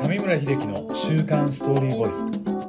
上村秀樹の週刊ストーリーボイス。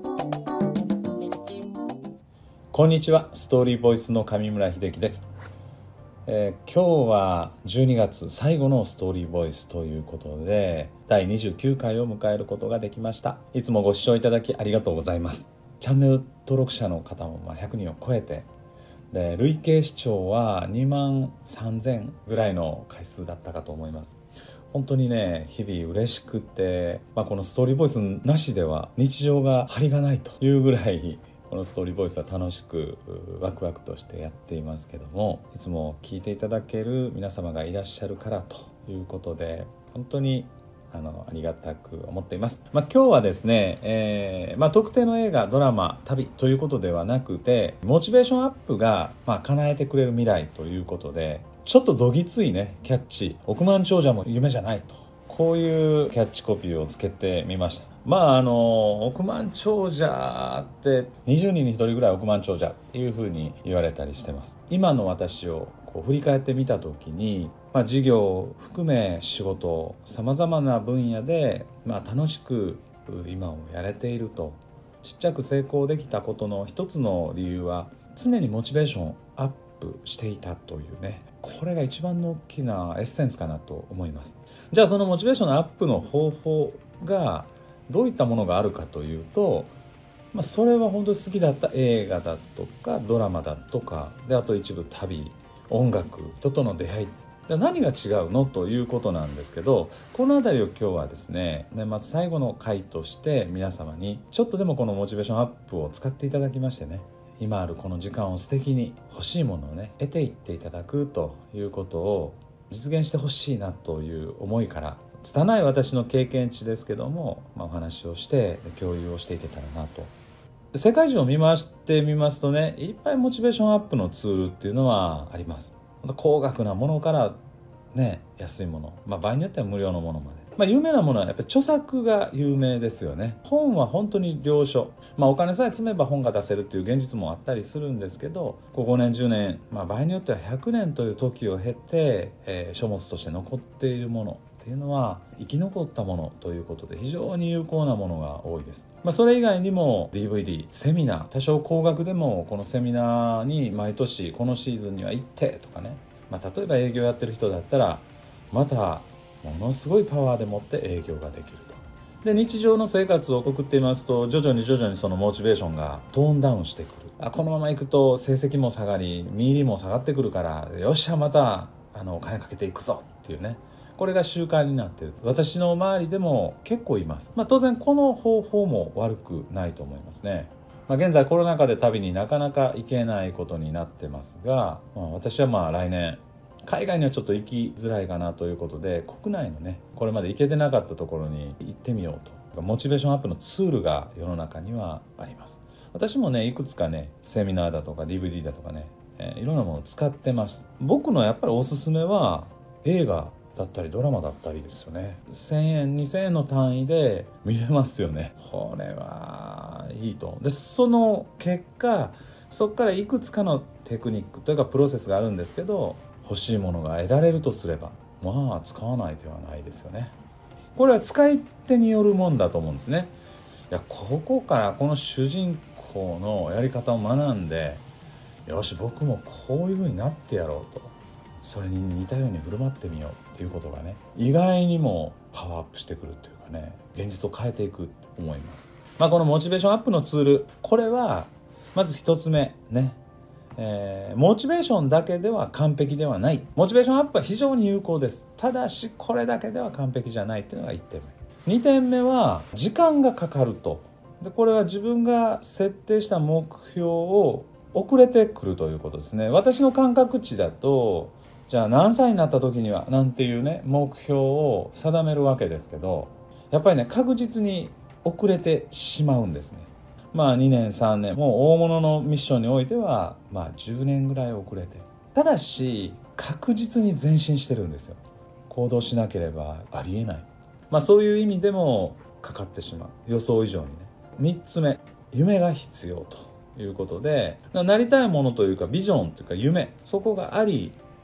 こんにちは、ストーリーボイスの上村秀樹です。今日は12月最後のストーリーボイスということで第29回を迎えることができました。いつもご視聴いただきありがとうございます。チャンネル登録者の方も100人を超えて、で累計視聴は2万3000ぐらいの回数だったかと思います。本当にね、日々嬉しくて、このストーリーボイスなしでは日常が張りがないというぐらい、このストーリーボイスは楽しくワクワクとしてやっていますけども、いつも聞いていただける皆様がいらっしゃるからということで、本当にありがたく思っています。今日はですね、特定の映画、ドラマ、旅ということではなくて、モチベーションアップが叶えてくれる未来ということで、ちょっとどぎついねキャッチ、億万長者も夢じゃないと、こういうキャッチコピーをつけてみました。億万長者って20人に1人ぐらい億万長者っていうふうに言われたりしてます。今の私を振り返ってみた時に、事業を含め仕事さまざまな分野で、楽しく今をやれていると、ちっちゃく成功できたことの一つの理由は、常にモチベーションアップしていたというね、これが一番の大きなエッセンスかなと思います。じゃあそのモチベーションのアップの方法がどういったものがあるかというと、それは本当に好きだった映画だとかドラマだとかで、あと一部旅、音楽、人との出会い、何が違うのということなんですけど、このあたりを今日はですね、年末最後の回として皆様にちょっとでもこのモチベーションアップを使っていただきましてね、今あるこの時間を素敵に、欲しいものをね得ていっていただくということを実現してほしいなという思いから、拙い私の経験値ですけども、お話をして共有をしていけたらなと。世界中を見回してみますとね、いっぱいモチベーションアップのツールっていうのはあります。高額なものからね、安いもの、場合によっては無料のものまで、有名なものはやっぱり著作が有名ですよね。本は本当に良書、お金さえ積めば本が出せるっていう現実もあったりするんですけど、5年10年、場合によっては100年という時を経て、書物として残っているものっていうのは生き残ったものということで、非常に有効なものが多いです。それ以外にも DVD、セミナー、多少高額でもこのセミナーに毎年このシーズンには行ってとかね、例えば営業やってる人だったらまたものすごいパワーでもって営業ができると。で、日常の生活を送っていますと、徐々にそのモチベーションがトーンダウンしてくる。このままいくと成績も下がり、身入りも下がってくるから、よっしゃまたお金かけていくぞっていうね、これが習慣になっている。私の周りでも結構います。当然この方法も悪くないと思いますね。現在コロナ禍で旅になかなか行けないことになってますが、私は来年海外にはちょっと行きづらいかなということで、国内のね、これまで行けてなかったところに行ってみようと。モチベーションアップのツールが世の中にはあります。私もね、いくつかね、セミナーだとか DVD だとかね、いろんなものを使ってます。僕のやっぱりおすすめは映画だったりドラマだったりですよね。1000円2000円の単位で見れますよね。これはいいと。で、その結果、そこからいくつかのテクニックというかプロセスがあるんですけど、欲しいものが得られるとすれば、使わない手はないですよね。これは使い手によるもんだと思うんですね。ここからこの主人公のやり方を学んで、よし僕もこういう風になってやろうと、それに似たように振る舞ってみようっていうことがね、意外にもパワーアップしてくるというかね、現実を変えていくと思います。このモチベーションアップのツール、これはまず一つ目ね、モチベーションだけでは完璧ではない。モチベーションアップは非常に有効です。ただしこれだけでは完璧じゃないっていうのが1点目。2点目は時間がかかると。で、これは自分が設定した目標を遅れてくるということですね。私の感覚値だと、じゃあ何歳になった時にはなんていうね、目標を定めるわけですけど、やっぱりね、確実に遅れてしまうんですね。2年3年、もう大物のミッションにおいては10年ぐらい遅れて、ただし確実に前進してるんですよ。行動しなければありえない、そういう意味でもかかってしまう、予想以上にね。3つ目、夢が必要ということで、なりたいものというかビジョンというか夢、そこがあり、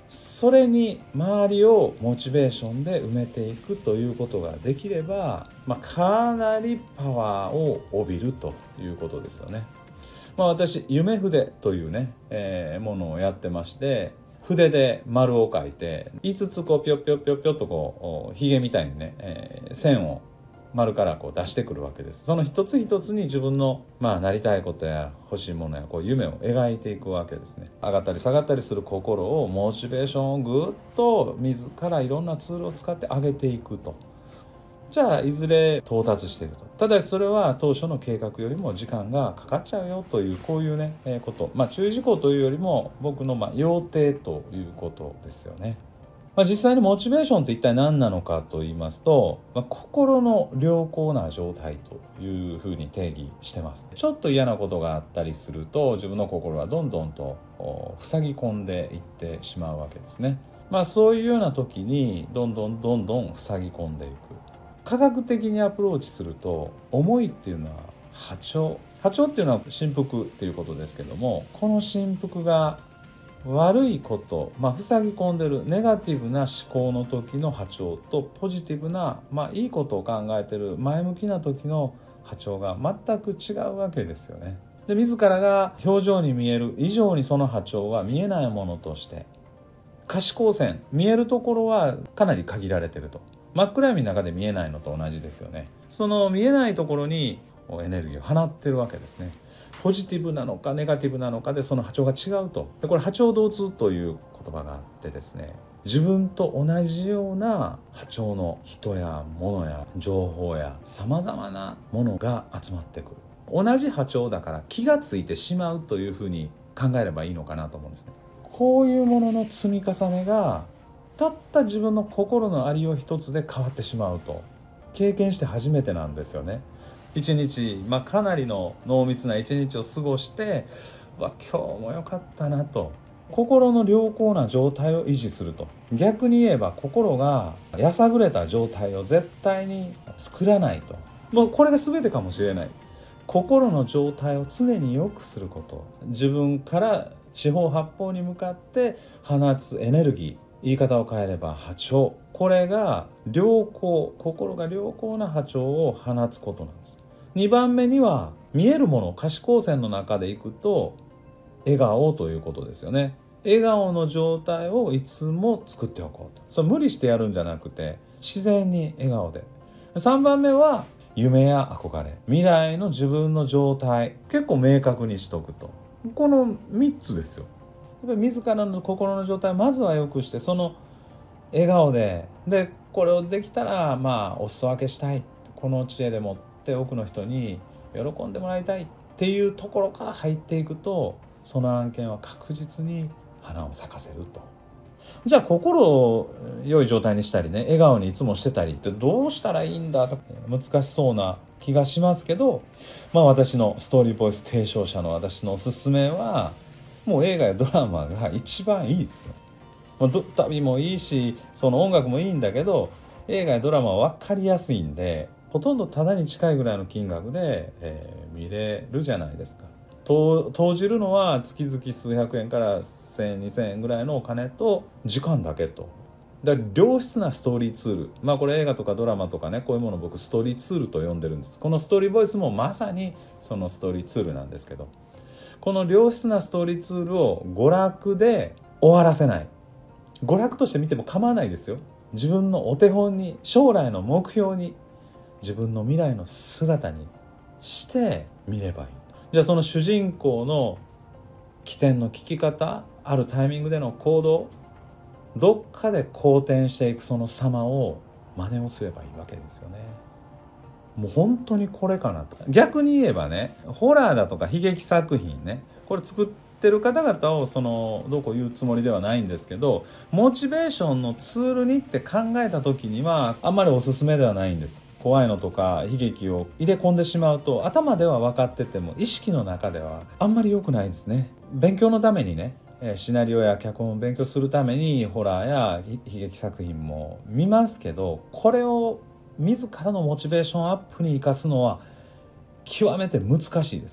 それに周りをモチベーションで埋めていくということができれば、かなりパワーを帯びるということですよね。私夢筆というね、ものをやってまして、筆で丸を描いて5つこうピョッピョッピョッピョッとこうひげみたいにね、線を丸からこう出してくるわけです。その一つ一つに自分のなりたいことや欲しいものやこう夢を描いていくわけですね。上がったり下がったりする心をモチベーションをぐっと自らいろんなツールを使って上げていくと。じゃあいずれ到達していると。ただしそれは当初の計画よりも時間がかかっちゃうよというこういうね、こと、注意事項というよりも僕の要諦ということですよね。実際にモチベーションって一体何なのかと言いますと、心の良好な状態というふうに定義してます。ちょっと嫌なことがあったりすると自分の心はどんどんと塞ぎ込んでいってしまうわけですね。そういうような時にどんどん塞ぎ込んでいく。科学的にアプローチすると、思いっていうのは波長っていうのは振幅っていうことですけども、この振幅が悪いこと、塞ぎ込んでるネガティブな思考の時の波長とポジティブな、いいことを考えてる前向きな時の波長が全く違うわけですよね。で、自らが表情に見える以上にその波長は見えないものとして可視光線、見えるところはかなり限られてると。真っ暗闇の中で見えないのと同じですよね。その見えないところにエネルギーを放ってるわけですね。ポジティブなのかネガティブなのかでその波長が違うと。でこれ波長同通という言葉があってですね、自分と同じような波長の人や物や情報やさまざまなものが集まってくる。同じ波長だから気がついてしまうというふうに考えればいいのかなと思うんですね。こういうものの積み重ねがたった自分の心のありよう一つで変わってしまうと経験して初めてなんですよね。一日、かなりの濃密な一日を過ごして今日も良かったなと、心の良好な状態を維持すると。逆に言えば心がやさぐれた状態を絶対に作らないと。もうこれが全てかもしれない。心の状態を常に良くすること、自分から四方八方に向かって放つエネルギー、言い方を変えれば波長、これが良好、心が良好な波長を放つことなんです。2番目には見えるもの、可視光線の中でいくと笑顔ということですよね。笑顔の状態をいつも作っておこうと。それ無理してやるんじゃなくて自然に笑顔で。3番目は夢や憧れ、未来の自分の状態、結構明確にしとくと。この3つですよ。やっぱり自らの心の状態をまずは良くして、その笑顔でこれをできたらお裾分けしたい、この知恵でもって多くの人に喜んでもらいたいっていうところから入っていくと、その案件は確実に花を咲かせると。じゃあ心を良い状態にしたりね、笑顔にいつもしてたりってどうしたらいいんだと難しそうな気がしますけど、私のストーリーボイス提唱者の私のおすすめは、もう映画やドラマが一番いいですよ。旅もいいし、その音楽もいいんだけど、映画やドラマは分かりやすいんで、ほとんどタダに近いぐらいの金額で、見れるじゃないですか。投じるのは月々数百円から1000円2000円ぐらいのお金と時間だけと。だから良質なストーリーツール、これ映画とかドラマとかね、こういうものを僕ストーリーツールと呼んでるんです。このストーリーボイスもまさにそのストーリーツールなんですけど、この良質なストーリーツールを娯楽で終わらせない。娯楽として見ても構わないですよ。自分のお手本に、将来の目標に、自分の未来の姿にして見ればいい。じゃあその主人公の起点の聞き方、あるタイミングでの行動、どっかで好転していくその様を真似をすればいいわけですよね。もう本当にこれかなと。逆に言えばね、ホラーだとか悲劇作品ね、これ作ってる方々をどうこう言うつもりではないんですけど、モチベーションのツールにって考えた時にはあんまりおすすめではないんです。怖いのとか悲劇を入れ込んでしまうと、頭では分かってても意識の中ではあんまり良くないですね。勉強のためにね、シナリオや脚本を勉強するためにホラーや悲劇作品も見ますけど、これを自らのモチベーションアップに生かすのは極めて難しいです。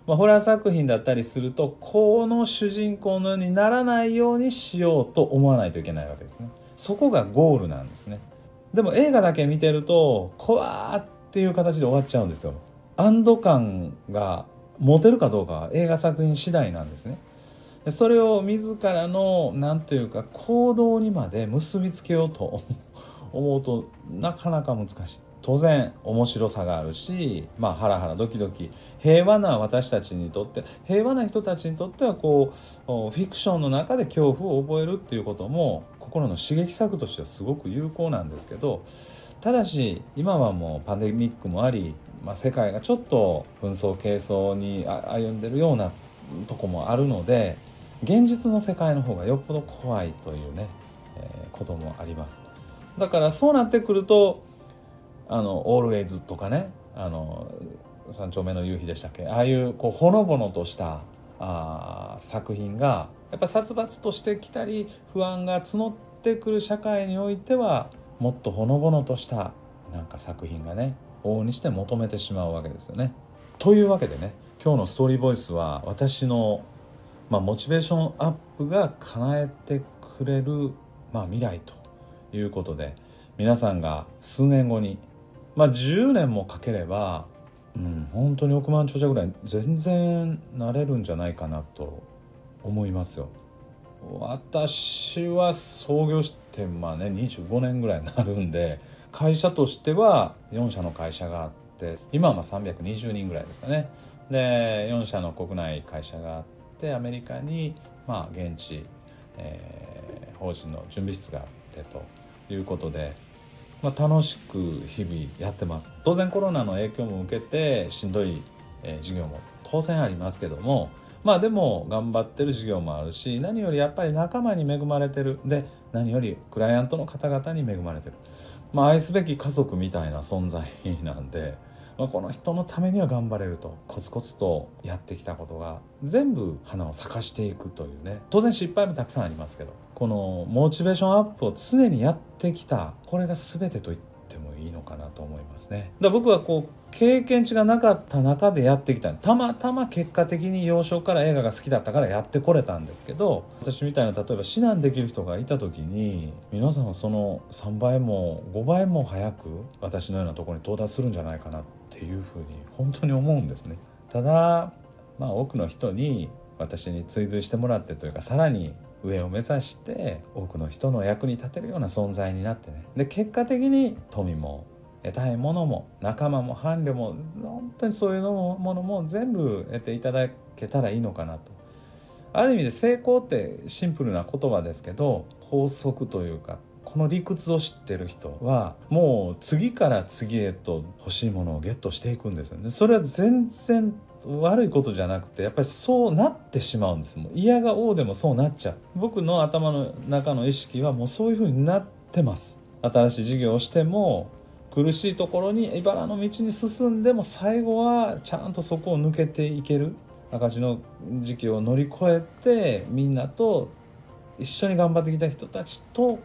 ホラー作品だったりするとこの主人公のようにならないようにしようと思わないといけないわけですね。そこがゴールなんですね。でも映画だけ見てると怖ーっていう形で終わっちゃうんですよ。安堵感が持てるかどうかは映画作品次第なんですね。それを自らのなんというか行動にまで結びつけようと思うとなかなか難しい。当然面白さがあるし、ハラハラドキドキ、平和な私たちにとって、平和な人たちにとってはこうフィクションの中で恐怖を覚えるっていうことも心の刺激策としてはすごく有効なんですけど、ただし今はもうパンデミックもあり、世界がちょっと紛争係争に歩んでるようなとこもあるので、現実の世界の方がよっぽど怖いというね、こともあります。だからそうなってくるとオールウェイズとかね、三丁目の夕日でしたっけ、ああいうほのぼのとした作品がやっぱ殺伐としてきたり不安が募ってくる社会においては、もっとほのぼのとしたなんか作品がね往々にして求めてしまうわけですよね。というわけでね、今日のストーリーボイスは私の、モチベーションアップが叶えてくれる、未来ということで、皆さんが数年後に、10年もかければ、本当に億万長者ぐらい全然なれるんじゃないかなと思いますよ。私は創業して25年ぐらいになるんで、会社としては4社の会社があって、今は320人ぐらいですかね。で4社の国内会社があって、アメリカに現地、法人の準備室があってということで、楽しく日々やってます。当然コロナの影響も受けてしんどい事業も当然ありますけども、でも頑張ってる事業もあるし、何よりやっぱり仲間に恵まれてる。で何よりクライアントの方々に恵まれてる、愛すべき家族みたいな存在なんで、この人のためには頑張れるとコツコツとやってきたことが全部花を咲かしていくというね。当然失敗もたくさんありますけど、このモチベーションアップを常にやってきた、これが全てと言ってもいいのかなと思いますね。だから僕は経験値がなかった中でやってきた、たまたま結果的に幼少から映画が好きだったからやってこれたんですけど、私みたいな例えば指南できる人がいた時に、皆さんはその3倍も5倍も早く私のようなところに到達するんじゃないかなっていうふうに本当に思うんですね。ただ多くの人に私に追随してもらってというか、さらに上を目指して多くの人の役に立てるような存在になってね、で結果的に富も得たいものも仲間も伴侶も本当にそういうものも全部得ていただけたらいいのかなと。ある意味で成功ってシンプルな言葉ですけど、法則というかこの理屈を知ってる人はもう次から次へと欲しいものをゲットしていくんですよね。それは全然悪いことじゃなくて、やっぱりそうなってしまうんです。もう嫌が応でもそうなっちゃう。僕の頭の中の意識はもうそういう風になってます。新しい事業をしても苦しいところに茨の道に進んでも最後はちゃんとそこを抜けていける、赤字の時期を乗り越えてみんなと一緒に頑張ってきた人たちと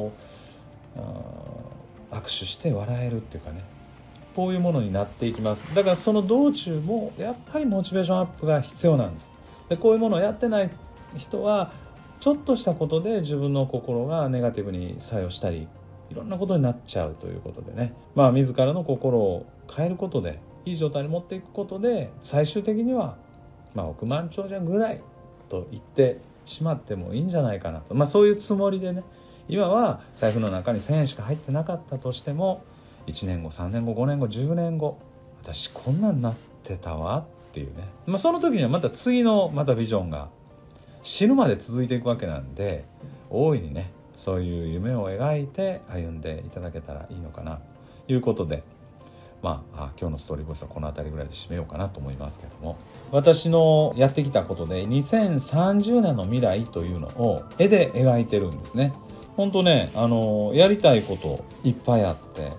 握手して笑えるっていうかね、こういうものになっていきます。だからその道中もやっぱりモチベーションアップが必要なんです。でこういうものをやってない人はちょっとしたことで自分の心がネガティブに作用したり、いろんなことになっちゃうということでね、自らの心を変えることでいい状態に持っていくことで、最終的には億万長者ぐらいと言ってしまってもいいんじゃないかなと、そういうつもりでね、今は財布の中に1000円しか入ってなかったとしても1年後3年後5年後10年後、私こんなんなってたわっていうね、その時にはまた次のビジョンが死ぬまで続いていくわけなんで、大いにねそういう夢を描いて歩んでいただけたらいいのかなということで、今日のストーリーボイスはこの辺りぐらいで締めようかなと思いますけども、私のやってきたことで2030年の未来というのを絵で描いてるんですね。本当ね、やりたいこといっぱいあって、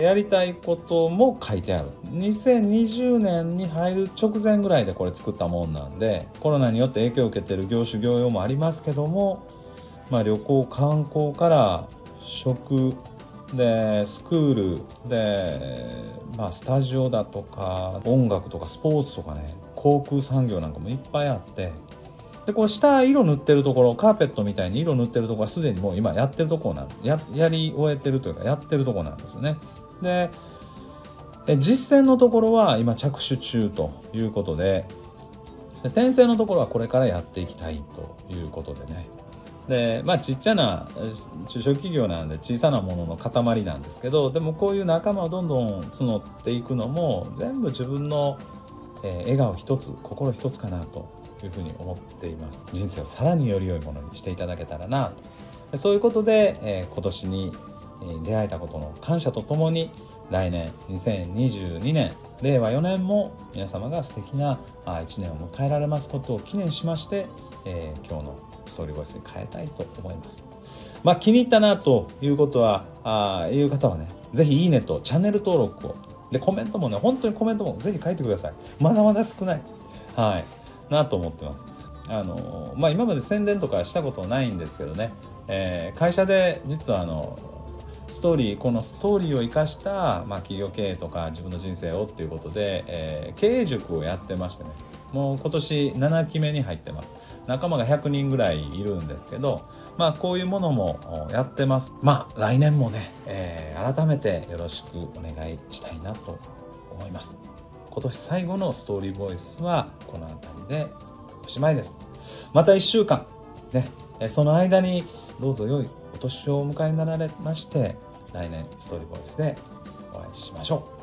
やりたいことも書いてある。2020年に入る直前ぐらいでこれ作ったもんなんで、コロナによって影響を受けている業種業用もありますけども、旅行観光から食でスクールで、スタジオだとか音楽とかスポーツとかね、 航空産業なんかもいっぱいあって、でこう下色塗ってるところ、カーペットみたいに色塗ってるところはすでにもう今やってるところやり終えてるというかやってるところなんですよね。で実践のところは今着手中ということで、転生のところはこれからやっていきたいということでね。でちっちゃな中小企業なんで小さなものの塊なんですけど、でもこういう仲間をどんどん募っていくのも全部自分の笑顔一つ、心一つかなというふうに思っています。人生をさらにより良いものにしていただけたらなと、そういうことで、今年に出会えたことの感謝とともに、来年2022年令和4年も皆様が素敵な1年を迎えられますことを記念しまして、今日のストーリーボイスに変えたいと思います。気に入ったなということはいう方はね、ぜひいいねとチャンネル登録を、でコメントもね、本当にコメントもぜひ書いてください。まだまだ少ないなと思ってます。今まで宣伝とかしたことないんですけどね、会社で実はこのストーリーを生かした、企業経営とか自分の人生をっていうことで、経営塾をやってましてね、もう今年7期目に入ってます。仲間が100人ぐらいいるんですけど、こういうものもやってます。来年もね、改めてよろしくお願いしたいなと思います。今年最後のストーリーボイスはこの辺りでおしまいです。また1週間ね、その間にどうぞ良いお年をお迎えになられまして、来年ストーリーボイスでお会いしましょう。